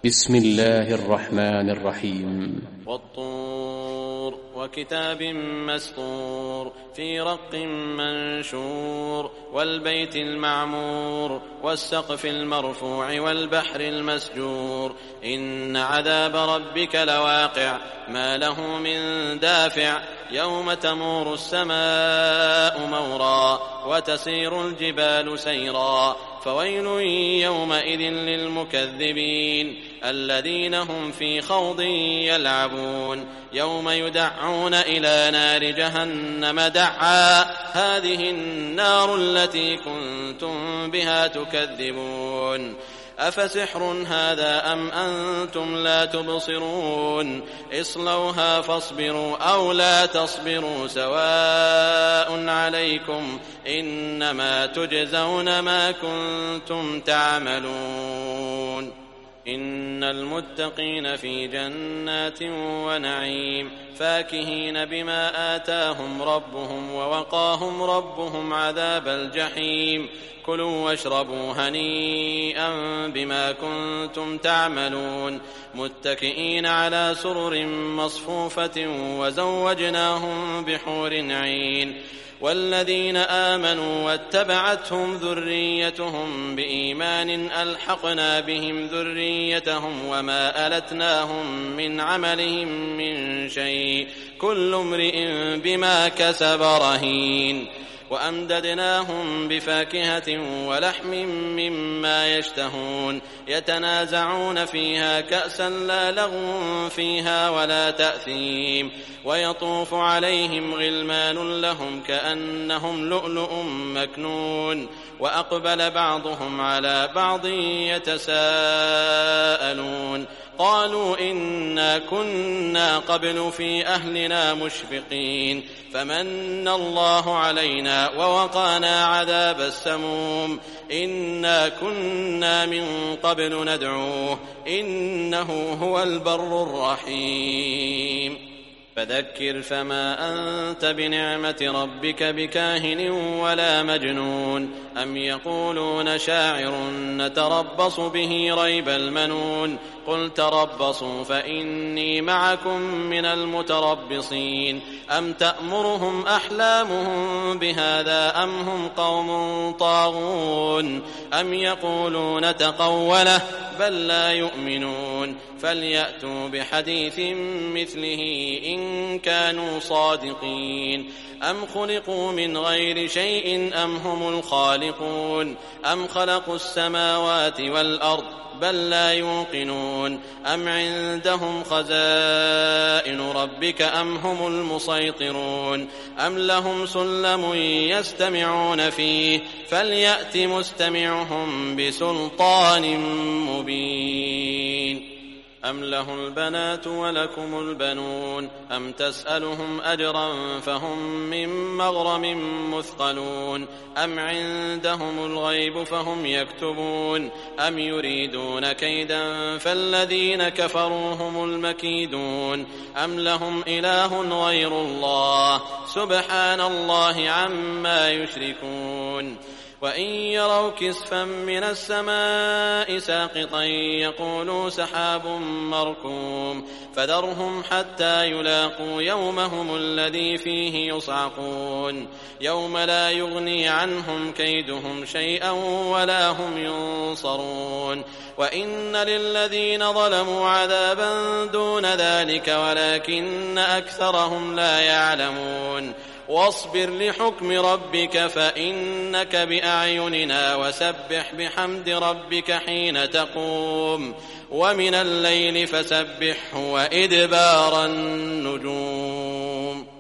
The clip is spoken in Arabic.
بسم الله الرحمن الرحيم. والطور وكتاب مسطور في رق منشور والبيت المعمور والسقف المرفوع والبحر المسجور إن عذاب ربك لواقع ما له من دافع يوم تمور السماء مورا وتسير الجبال سيرا فويل يومئذ للمكذبين الذين هم في خوض يلعبون يوم يدعون إلى نار جهنم دعا هذه النار التي كنتم بها تكذبون أفسحر هذا أم أنتم لا تبصرون اصلوها فاصبروا أو لا تصبروا سواء عليكم إنما تجزون ما كنتم تعملون إن المتقين في جنات ونعيم فاكهين بما آتاهم ربهم ووقاهم ربهم عذاب الجحيم كلوا واشربوا هنيئا بما كنتم تعملون متكئين على سرر مصفوفة وزوجناهم بحور عين والذين آمنوا واتبعتهم ذريتهم بإيمان ألحقنا بهم ذريتهم وما ألتناهم من عملهم من شيء كل امرئ بما كسب رهين وأمددناهم بفاكهة ولحم مما يشتهون يتنازعون فيها كأسا لا لغو فيها ولا تأثيم ويطوف عليهم غلمان لهم كأنهم لؤلؤ مكنون وأقبل بعضهم على بعض يتساءلون قالوا إنا كنا قبل في أهلنا مشفقين فمن الله علينا ووقانا عذاب السموم إنا كنا من قبل ندعوه إنه هو البر الرحيم فذكر فما أنت بنعمة ربك بكاهن ولا مجنون أم يقولون شاعر نتربص به ريب المنون قل تربصوا فإني معكم من المتربصين أم تأمرهم أحلامهم بهذا أم هم قوم طاغون أم يقولون تقوله بل لا يؤمنون فليأتوا بحديث مثله إن كانوا صادقين أم خلقوا من غير شيء أم هم الخالقون أم خلقوا السماوات والأرض بل لا يوقنون أم عندهم خزائن ربك أم هم المسيطرون أم لهم سلم يستمعون فيه فليأت مستمعهم بسلطان مبين أم له البنات ولكم البنون أم تسألهم أجرا فهم من مغرم مثقلون أم عندهم الغيب فهم يكتبون أم يريدون كيدا فالذين كفروا هم المكيدون أم لهم إله غير الله سبحان الله عما يشركون وإن يروا كسفا من السماء ساقطا يقولوا سحاب مركوم فذرهم حتى يلاقوا يومهم الذي فيه يصعقون يوم لا يغني عنهم كيدهم شيئا ولا هم ينصرون وإن للذين ظلموا عذابا دون ذلك ولكن أكثرهم لا يعلمون واصبر لحكم ربك فإنك بأعيننا وسبح بحمد ربك حين تقوم ومن الليل فسبحه وإدبار النجوم